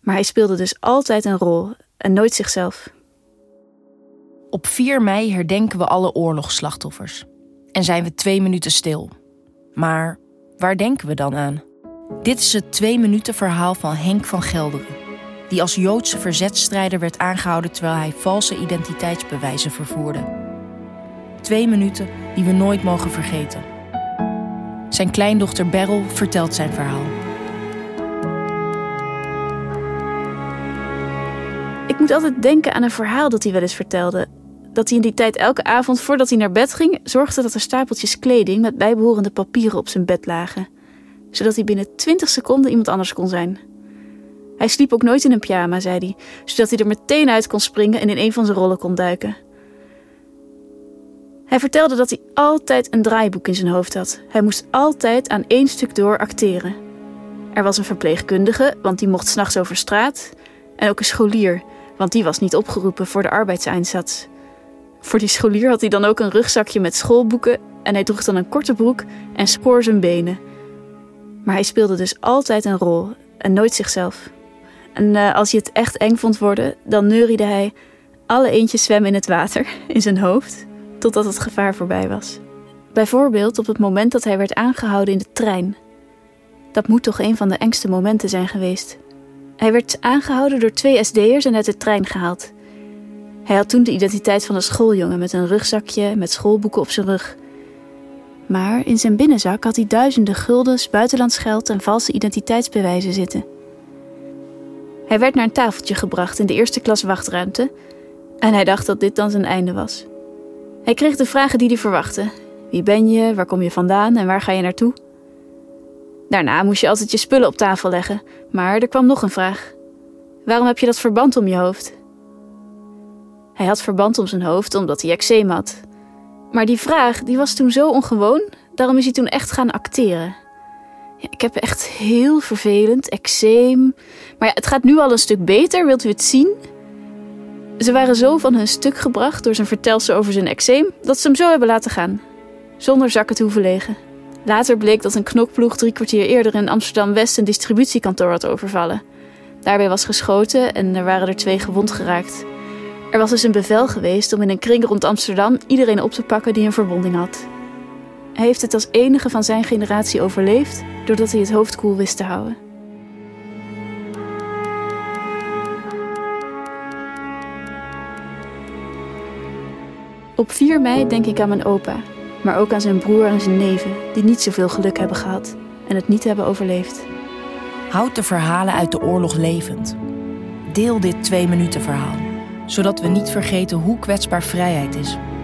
Maar hij speelde dus altijd een rol en nooit zichzelf. Op 4 mei herdenken we alle oorlogsslachtoffers. En zijn we 2 minuten stil. Maar waar denken we dan aan? Dit is het 2 minuten verhaal van Henk van Gelderen, die als Joodse verzetstrijder werd aangehouden terwijl hij valse identiteitsbewijzen vervoerde. 2 minuten die we nooit mogen vergeten. Zijn kleindochter Beryl vertelt zijn verhaal. Ik moet altijd denken aan een verhaal dat hij wel eens vertelde. Dat hij in die tijd elke avond voordat hij naar bed ging, zorgde dat er stapeltjes kleding met bijbehorende papieren op zijn bed lagen. Zodat hij binnen 20 seconden iemand anders kon zijn. Hij sliep ook nooit in een pyjama, zei hij, zodat hij er meteen uit kon springen en in een van zijn rollen kon duiken. Hij vertelde dat hij altijd een draaiboek in zijn hoofd had. Hij moest altijd aan 1 stuk door acteren. Er was een verpleegkundige, want die mocht 's nachts over straat. En ook een scholier, want die was niet opgeroepen voor de arbeidseinsatz. Voor die scholier had hij dan ook een rugzakje met schoolboeken en hij droeg dan een korte broek en spoor zijn benen. Maar hij speelde dus altijd een rol en nooit zichzelf. En als hij het echt eng vond worden, dan neuriede hij alle eendjes zwemmen in het water in zijn hoofd, totdat het gevaar voorbij was. Bijvoorbeeld op het moment dat hij werd aangehouden in de trein. Dat moet toch een van de engste momenten zijn geweest. Hij werd aangehouden door 2 SD'ers en uit de trein gehaald. Hij had toen de identiteit van een schooljongen met een rugzakje met schoolboeken op zijn rug. Maar in zijn binnenzak had hij duizenden guldens, buitenlands geld en valse identiteitsbewijzen zitten. Hij werd naar een tafeltje gebracht in de 1e klas wachtruimte en hij dacht dat dit dan zijn einde was. Hij kreeg de vragen die hij verwachtte. Wie ben je, waar kom je vandaan en waar ga je naartoe? Daarna moest je altijd je spullen op tafel leggen, maar er kwam nog een vraag. Waarom heb je dat verband om je hoofd? Hij had verband om zijn hoofd omdat hij eczeem had. Maar die vraag die was toen zo ongewoon, daarom is hij toen echt gaan acteren. Ja, ik heb echt heel vervelend, eczeem. Maar ja, het gaat nu al een stuk beter, wilt u het zien? Ze waren zo van hun stuk gebracht door zijn vertelsel over zijn eczeem, dat ze hem zo hebben laten gaan. Zonder zakken te hoeven legen. Later bleek dat een knokploeg 3 kwartier eerder in Amsterdam-West een distributiekantoor had overvallen. Daarbij was geschoten en er waren er 2 gewond geraakt. Er was dus een bevel geweest om in een kring rond Amsterdam iedereen op te pakken die een verwonding had. Hij heeft het als enige van zijn generatie overleefd, doordat hij het hoofd koel wist te houden. Op 4 mei denk ik aan mijn opa, maar ook aan zijn broer en zijn neven, die niet zoveel geluk hebben gehad en het niet hebben overleefd. Houd de verhalen uit de oorlog levend. Deel dit 2 minuten verhaal, zodat we niet vergeten hoe kwetsbaar vrijheid is.